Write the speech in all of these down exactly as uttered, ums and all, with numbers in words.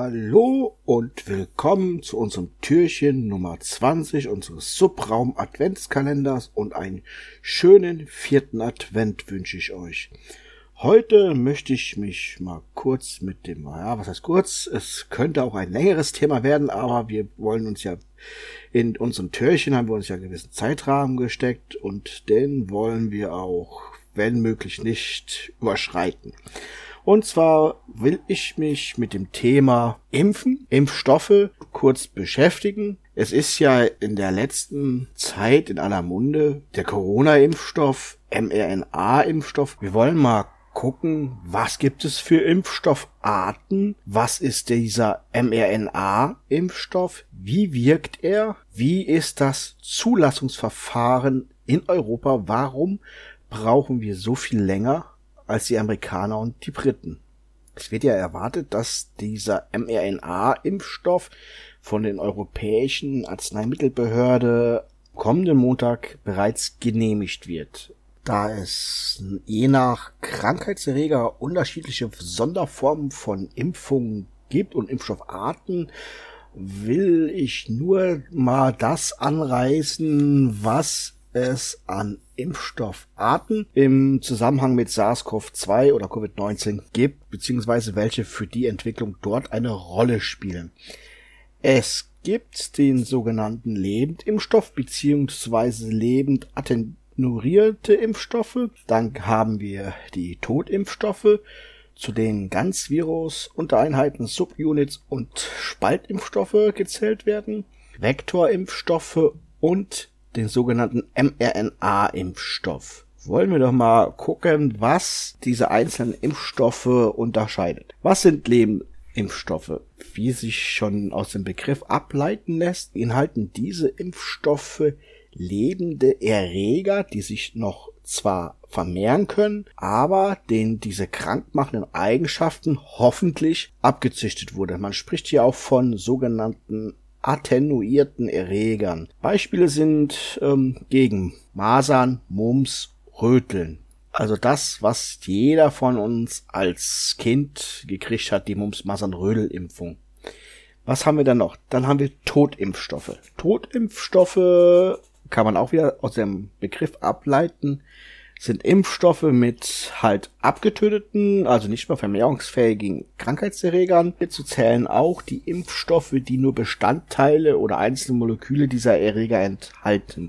Hallo und willkommen zu unserem Türchen Nummer zwanzig unseres Subraum-Adventskalenders und einen schönen vierten Advent wünsche ich euch. Heute möchte ich mich mal kurz mit dem, ja, was heißt kurz? Es könnte auch ein längeres Thema werden, aber wir wollen uns ja, in unserem Türchen haben wir uns ja einen gewissen Zeitrahmen gesteckt und den wollen wir auch, wenn möglich, nicht überschreiten. Und zwar will ich mich mit dem Thema Impfen, Impfstoffe kurz beschäftigen. Es ist ja in der letzten Zeit in aller Munde der Corona-Impfstoff, mRNA-Impfstoff. Wir wollen mal gucken, was gibt es für Impfstoffarten? Was ist dieser mRNA-Impfstoff? Wie wirkt er? Wie ist das Zulassungsverfahren in Europa? Warum brauchen wir so viel länger als die Amerikaner und die Briten? Es wird ja erwartet, dass dieser mRNA-Impfstoff von den Europäischen Arzneimittelbehörde kommenden Montag bereits genehmigt wird. Da es je nach Krankheitserreger unterschiedliche Sonderformen von Impfungen gibt und Impfstoffarten, will ich nur mal das anreißen, was es an Impfstoffarten im Zusammenhang mit SARS-C o V zwei oder Covid neunzehn gibt, beziehungsweise welche für die Entwicklung dort eine Rolle spielen. Es gibt den sogenannten Lebendimpfstoff, beziehungsweise lebend attenuierte Impfstoffe. Dann haben wir die Totimpfstoffe, zu denen Ganzvirus, Untereinheiten, Subunits und Spaltimpfstoffe gezählt werden, Vektorimpfstoffe und den sogenannten mRNA-Impfstoff. Wollen wir doch mal gucken, was diese einzelnen Impfstoffe unterscheidet. Was sind Lebendimpfstoffe? Wie sich schon aus dem Begriff ableiten lässt, beinhalten diese Impfstoffe lebende Erreger, die sich noch zwar vermehren können, aber denen diese krankmachenden Eigenschaften hoffentlich abgezüchtet wurde. Man spricht hier auch von sogenannten attenuierten Erregern. Beispiele sind ähm, gegen Masern, Mumps, Röteln. Also das, was jeder von uns als Kind gekriegt hat, die Mumps-Masern-Rödel-Impfung. Was haben wir dann noch? Dann haben wir Totimpfstoffe. Totimpfstoffe kann man auch wieder aus dem Begriff ableiten, sind Impfstoffe mit halt abgetöteten, also nicht mehr vermehrungsfähigen Krankheitserregern. Hierzu zählen auch die Impfstoffe, die nur Bestandteile oder einzelne Moleküle dieser Erreger enthalten.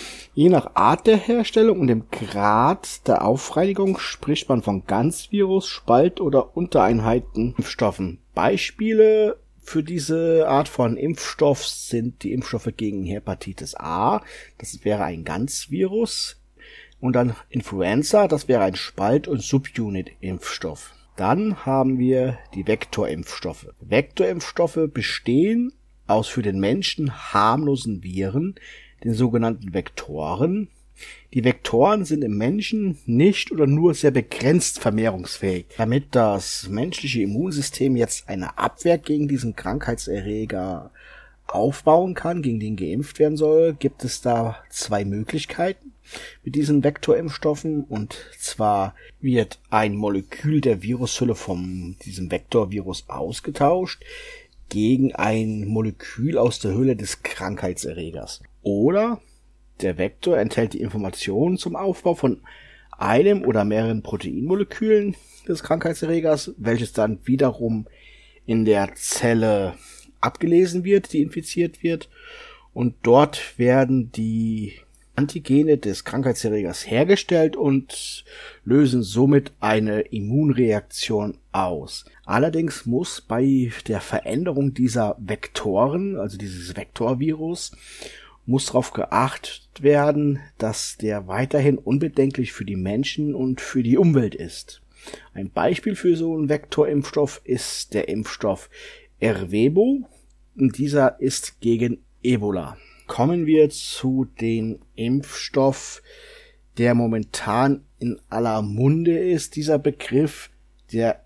Je nach Art der Herstellung und dem Grad der Aufreinigung spricht man von Ganzvirus, Spalt- oder Untereinheiten-Impfstoffen. Beispiele für diese Art von Impfstoff sind die Impfstoffe gegen Hepatitis A, das wäre ein Ganzvirus. Und dann Influenza, das wäre ein Spalt- und Subunit-Impfstoff. Dann haben wir die Vektorimpfstoffe. Vektorimpfstoffe bestehen aus für den Menschen harmlosen Viren, den sogenannten Vektoren. Die Vektoren sind im Menschen nicht oder nur sehr begrenzt vermehrungsfähig. Damit das menschliche Immunsystem jetzt eine Abwehr gegen diesen Krankheitserreger aufbauen kann, gegen den geimpft werden soll, gibt es da zwei Möglichkeiten mit diesen Vektorimpfstoffen. Und zwar wird ein Molekül der Virushülle von diesem Vektorvirus ausgetauscht gegen ein Molekül aus der Hülle des Krankheitserregers. Oder der Vektor enthält die Informationen zum Aufbau von einem oder mehreren Proteinmolekülen des Krankheitserregers, welches dann wiederum in der Zelle abgelesen wird, die infiziert wird, und dort werden die Antigene des Krankheitserregers hergestellt und lösen somit eine Immunreaktion aus. Allerdings muss bei der Veränderung dieser Vektoren, also dieses Vektorvirus, muss darauf geachtet werden, dass der weiterhin unbedenklich für die Menschen und für die Umwelt ist. Ein Beispiel für so einen Vektorimpfstoff ist der Impfstoff Ervebo, und dieser ist gegen Ebola. Kommen wir zu dem Impfstoff, der momentan in aller Munde ist, dieser Begriff, der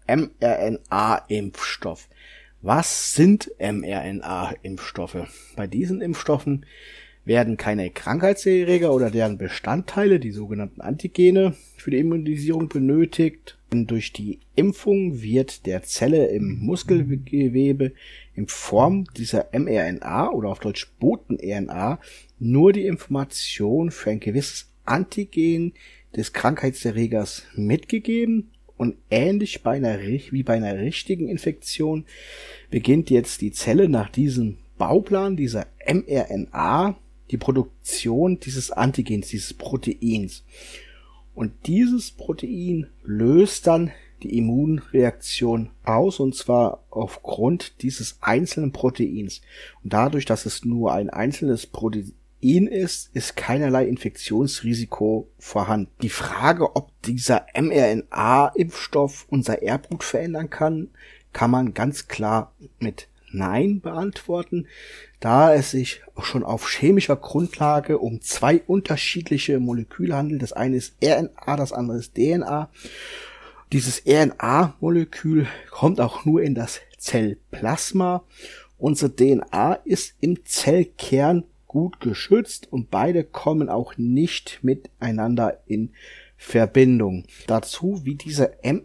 mRNA-Impfstoff. Was sind mRNA-Impfstoffe? Bei diesen Impfstoffen werden keine Krankheitserreger oder deren Bestandteile, die sogenannten Antigene, für die Immunisierung benötigt. Denn durch die Impfung wird der Zelle im Muskelgewebe in Form dieser mRNA oder auf Deutsch Boten-R N A nur die Information für ein gewisses Antigen des Krankheitserregers mitgegeben. Und ähnlich bei einer, wie bei einer richtigen Infektion beginnt jetzt die Zelle nach diesem Bauplan dieser mRNA die Produktion dieses Antigens, dieses Proteins. Und dieses Protein löst dann die Immunreaktion aus, und zwar aufgrund dieses einzelnen Proteins. Und dadurch, dass es nur ein einzelnes Protein ist, ist keinerlei Infektionsrisiko vorhanden. Die Frage, ob dieser mRNA-Impfstoff unser Erbgut verändern kann, kann man ganz klar mit Nein beantworten, da es sich schon auf chemischer Grundlage um zwei unterschiedliche Moleküle handelt. Das eine ist R N A, das andere ist D N A. Dieses R N A-Molekül kommt auch nur in das Zellplasma. Unsere D N A ist im Zellkern gut geschützt und beide kommen auch nicht miteinander in Verbindung. Dazu, wie dieser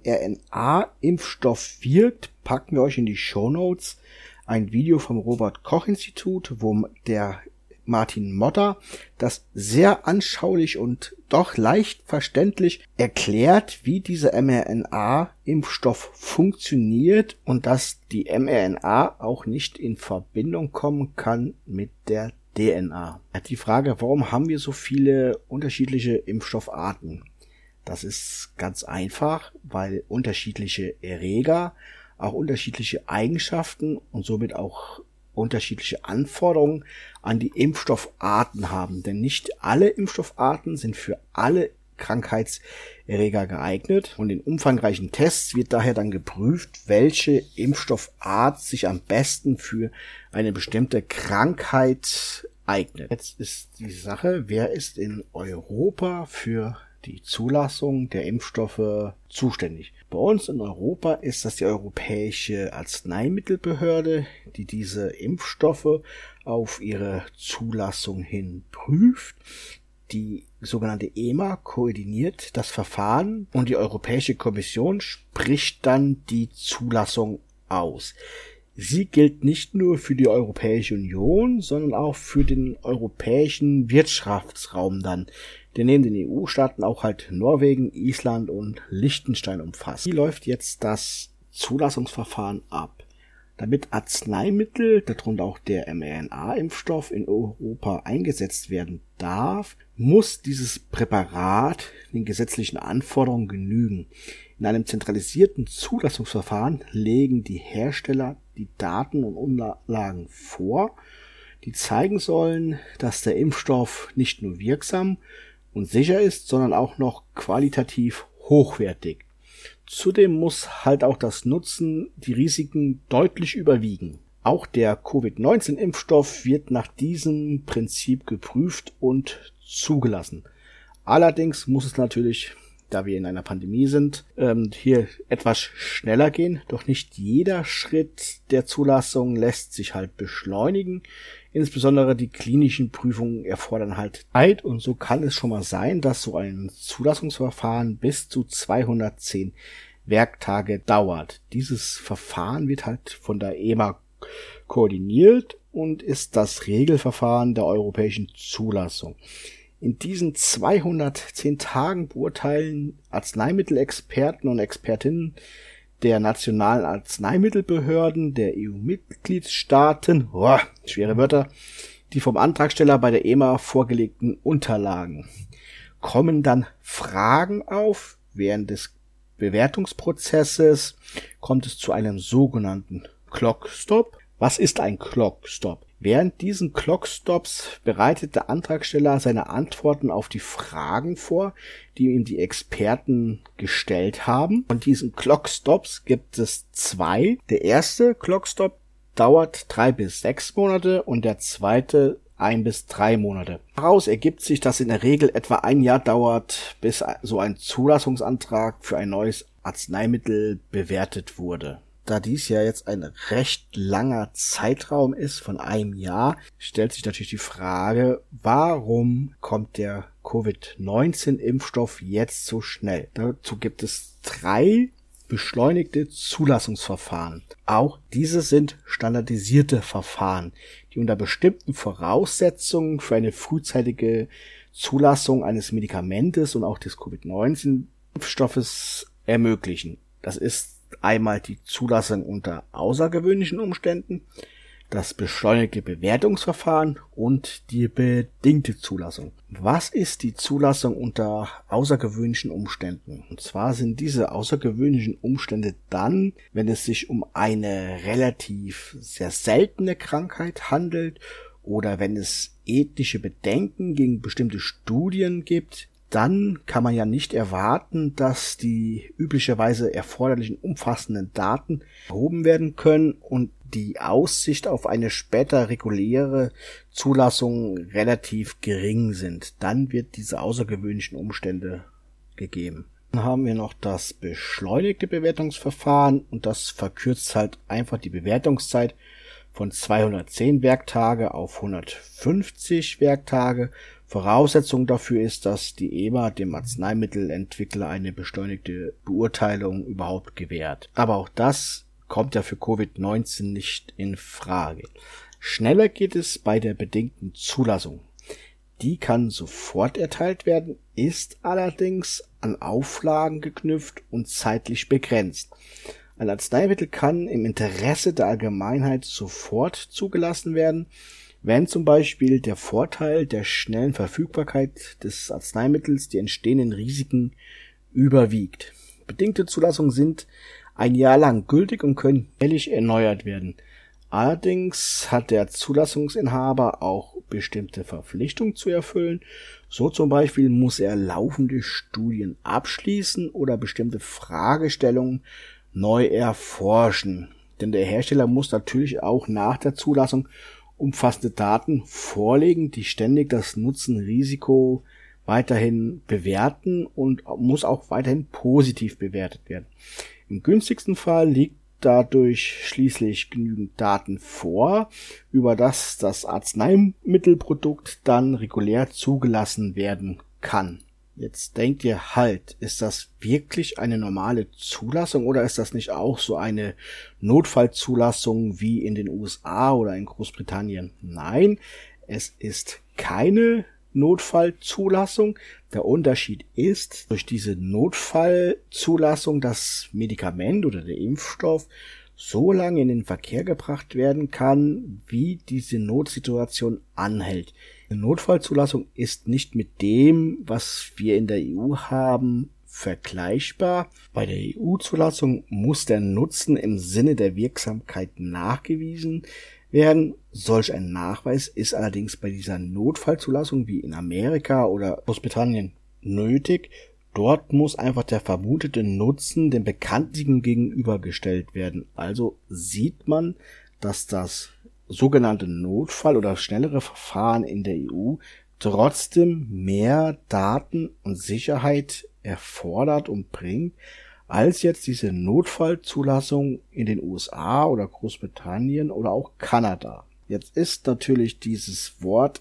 mRNA-Impfstoff wirkt, packen wir euch in die Shownotes ein Video vom Robert-Koch-Institut, wo der Martin Motter das sehr anschaulich und doch leicht verständlich erklärt, wie dieser mRNA-Impfstoff funktioniert und dass die mRNA auch nicht in Verbindung kommen kann mit der D N A. Die Frage, warum haben wir so viele unterschiedliche Impfstoffarten? Das ist ganz einfach, weil unterschiedliche Erreger auch unterschiedliche Eigenschaften und somit auch unterschiedliche Anforderungen an die Impfstoffarten haben. Denn nicht alle Impfstoffarten sind für alle Krankheitserreger geeignet. Und in umfangreichen Tests wird daher dann geprüft, welche Impfstoffart sich am besten für eine bestimmte Krankheit eignet. Jetzt ist die Sache, wer ist in Europa für die Zulassung der Impfstoffe zuständig? Bei uns in Europa ist das die Europäische Arzneimittelbehörde, die diese Impfstoffe auf ihre Zulassung hin prüft. Die sogenannte E M A koordiniert das Verfahren und die Europäische Kommission spricht dann die Zulassung aus. Sie gilt nicht nur für die Europäische Union, sondern auch für den europäischen Wirtschaftsraum dann, der neben den E U-Staaten auch halt Norwegen, Island und Liechtenstein umfasst. Wie läuft jetzt das Zulassungsverfahren ab? Damit Arzneimittel, darunter auch der mRNA-Impfstoff, in Europa eingesetzt werden darf, muss dieses Präparat den gesetzlichen Anforderungen genügen. In einem zentralisierten Zulassungsverfahren legen die Hersteller die Daten und Unterlagen vor, die zeigen sollen, dass der Impfstoff nicht nur wirksam und sicher ist, sondern auch noch qualitativ hochwertig. Zudem muss halt auch das Nutzen die Risiken deutlich überwiegen. Auch der Covid neunzehn Impfstoff wird nach diesem Prinzip geprüft und zugelassen. Allerdings muss es natürlich, da wir in einer Pandemie sind, hier etwas schneller gehen. Doch nicht jeder Schritt der Zulassung lässt sich halt beschleunigen. Insbesondere die klinischen Prüfungen erfordern halt Zeit und so kann es schon mal sein, dass so ein Zulassungsverfahren bis zu zweihundertzehn Werktage dauert. Dieses Verfahren wird halt von der E M A koordiniert und ist das Regelverfahren der europäischen Zulassung. In diesen zweihundertzehn Tagen beurteilen Arzneimittelexperten und Expertinnen der nationalen Arzneimittelbehörden der E U-Mitgliedstaaten, oh, schwere Wörter, die vom Antragsteller bei der E M A vorgelegten Unterlagen. Kommen dann Fragen auf während des Bewertungsprozesses, kommt es zu einem sogenannten Clock-Stop. Was ist ein Clock-Stop? Während diesen Clock-Stops bereitet der Antragsteller seine Antworten auf die Fragen vor, die ihm die Experten gestellt haben. Von diesen Clock-Stops gibt es zwei. Der erste Clock-Stop dauert drei bis sechs Monate und der zweite ein bis drei Monate. Daraus ergibt sich, dass in der Regel etwa ein Jahr dauert, bis so ein Zulassungsantrag für ein neues Arzneimittel bewertet wurde. Da dies ja jetzt ein recht langer Zeitraum ist von einem Jahr, stellt sich natürlich die Frage, warum kommt der Covid neunzehn Impfstoff jetzt so schnell? Dazu gibt es drei beschleunigte Zulassungsverfahren. Auch diese sind standardisierte Verfahren, die unter bestimmten Voraussetzungen für eine frühzeitige Zulassung eines Medikamentes und auch des Covid neunzehn Impfstoffes ermöglichen. Das ist einmal die Zulassung unter außergewöhnlichen Umständen, das beschleunigte Bewertungsverfahren und die bedingte Zulassung. Was ist die Zulassung unter außergewöhnlichen Umständen? Und zwar sind diese außergewöhnlichen Umstände dann, wenn es sich um eine relativ sehr seltene Krankheit handelt oder wenn es ethische Bedenken gegen bestimmte Studien gibt. Dann kann man ja nicht erwarten, dass die üblicherweise erforderlichen umfassenden Daten erhoben werden können und die Aussicht auf eine später reguläre Zulassung relativ gering sind. Dann wird diese außergewöhnlichen Umstände gegeben. Dann haben wir noch das beschleunigte Bewertungsverfahren und das verkürzt halt einfach die Bewertungszeit von zweihundertzehn Werktage auf hundertfünfzig Werktage. Voraussetzung dafür ist, dass die E M A dem Arzneimittelentwickler eine beschleunigte Beurteilung überhaupt gewährt. Aber auch das kommt ja für Covid neunzehn nicht in Frage. Schneller geht es bei der bedingten Zulassung. Die kann sofort erteilt werden, ist allerdings an Auflagen geknüpft und zeitlich begrenzt. Ein Arzneimittel kann im Interesse der Allgemeinheit sofort zugelassen werden, wenn zum Beispiel der Vorteil der schnellen Verfügbarkeit des Arzneimittels die entstehenden Risiken überwiegt. Bedingte Zulassungen sind ein Jahr lang gültig und können jährlich erneuert werden. Allerdings hat der Zulassungsinhaber auch bestimmte Verpflichtungen zu erfüllen. So zum Beispiel muss er laufende Studien abschließen oder bestimmte Fragestellungen neu erforschen. Denn der Hersteller muss natürlich auch nach der Zulassung umfassende Daten vorlegen, die ständig das Nutzen-Risiko weiterhin bewerten und muss auch weiterhin positiv bewertet werden. Im günstigsten Fall liegt dadurch schließlich genügend Daten vor, über das das Arzneimittelprodukt dann regulär zugelassen werden kann. Jetzt denkt ihr halt, ist das wirklich eine normale Zulassung oder ist das nicht auch so eine Notfallzulassung wie in den U S A oder in Großbritannien? Nein, es ist keine Notfallzulassung. Der Unterschied ist, durch diese Notfallzulassung das Medikament oder der Impfstoff so lange in den Verkehr gebracht werden kann, wie diese Notsituation anhält. Eine Notfallzulassung ist nicht mit dem, was wir in der E U haben, vergleichbar. Bei der E U-Zulassung muss der Nutzen im Sinne der Wirksamkeit nachgewiesen werden. Solch ein Nachweis ist allerdings bei dieser Notfallzulassung wie in Amerika oder Großbritannien nötig. Dort muss einfach der vermutete Nutzen dem Bekannten gegenübergestellt werden. Also sieht man, dass das sogenannte Notfall- oder schnellere Verfahren in der E U trotzdem mehr Daten und Sicherheit erfordert und bringt, als jetzt diese Notfallzulassung in den U S A oder Großbritannien oder auch Kanada. Jetzt ist natürlich dieses Wort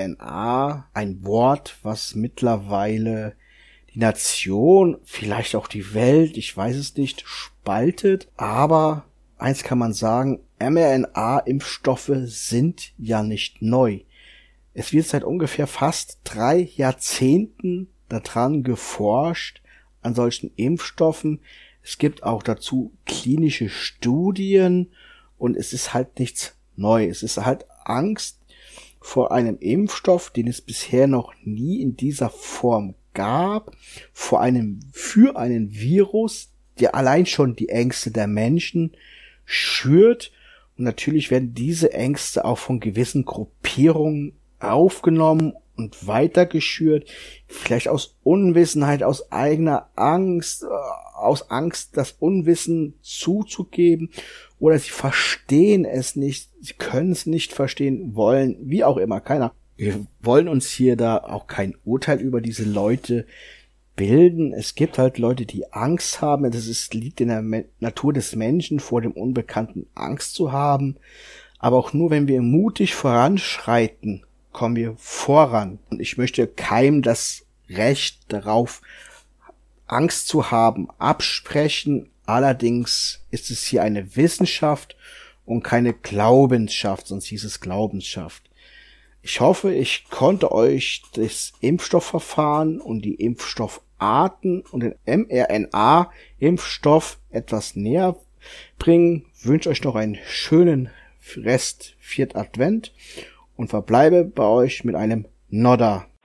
mRNA ein Wort, was mittlerweile die Nation, vielleicht auch die Welt, ich weiß es nicht, spaltet, aber eins kann man sagen, mRNA-Impfstoffe sind ja nicht neu. Es wird seit ungefähr fast drei Jahrzehnten daran geforscht, an solchen Impfstoffen. Es gibt auch dazu klinische Studien und es ist halt nichts Neues. Es ist halt Angst vor einem Impfstoff, den es bisher noch nie in dieser Form gab, vor einem, für einen Virus, der allein schon die Ängste der Menschen schürt. Und natürlich werden diese Ängste auch von gewissen Gruppierungen aufgenommen und weitergeschürt, vielleicht aus Unwissenheit, aus eigener Angst, aus Angst, das Unwissen zuzugeben, oder sie verstehen es nicht, sie können es nicht verstehen wollen, wie auch immer, keiner. Wir wollen uns hier da auch kein Urteil über diese Leute bilden. Es gibt halt Leute, die Angst haben. Das ist, liegt in der Me- Natur des Menschen, vor dem Unbekannten Angst zu haben. Aber auch nur, wenn wir mutig voranschreiten, kommen wir voran. Und ich möchte keinem das Recht darauf, Angst zu haben, absprechen. Allerdings ist es hier eine Wissenschaft und keine Glaubensschaft, sonst hieß es Glaubensschaft. Ich hoffe, ich konnte euch das Impfstoffverfahren und die Impfstoffarten und den mRNA-Impfstoff etwas näher bringen. Ich wünsche euch noch einen schönen Rest Viert Advent und verbleibe bei euch mit einem Nodder.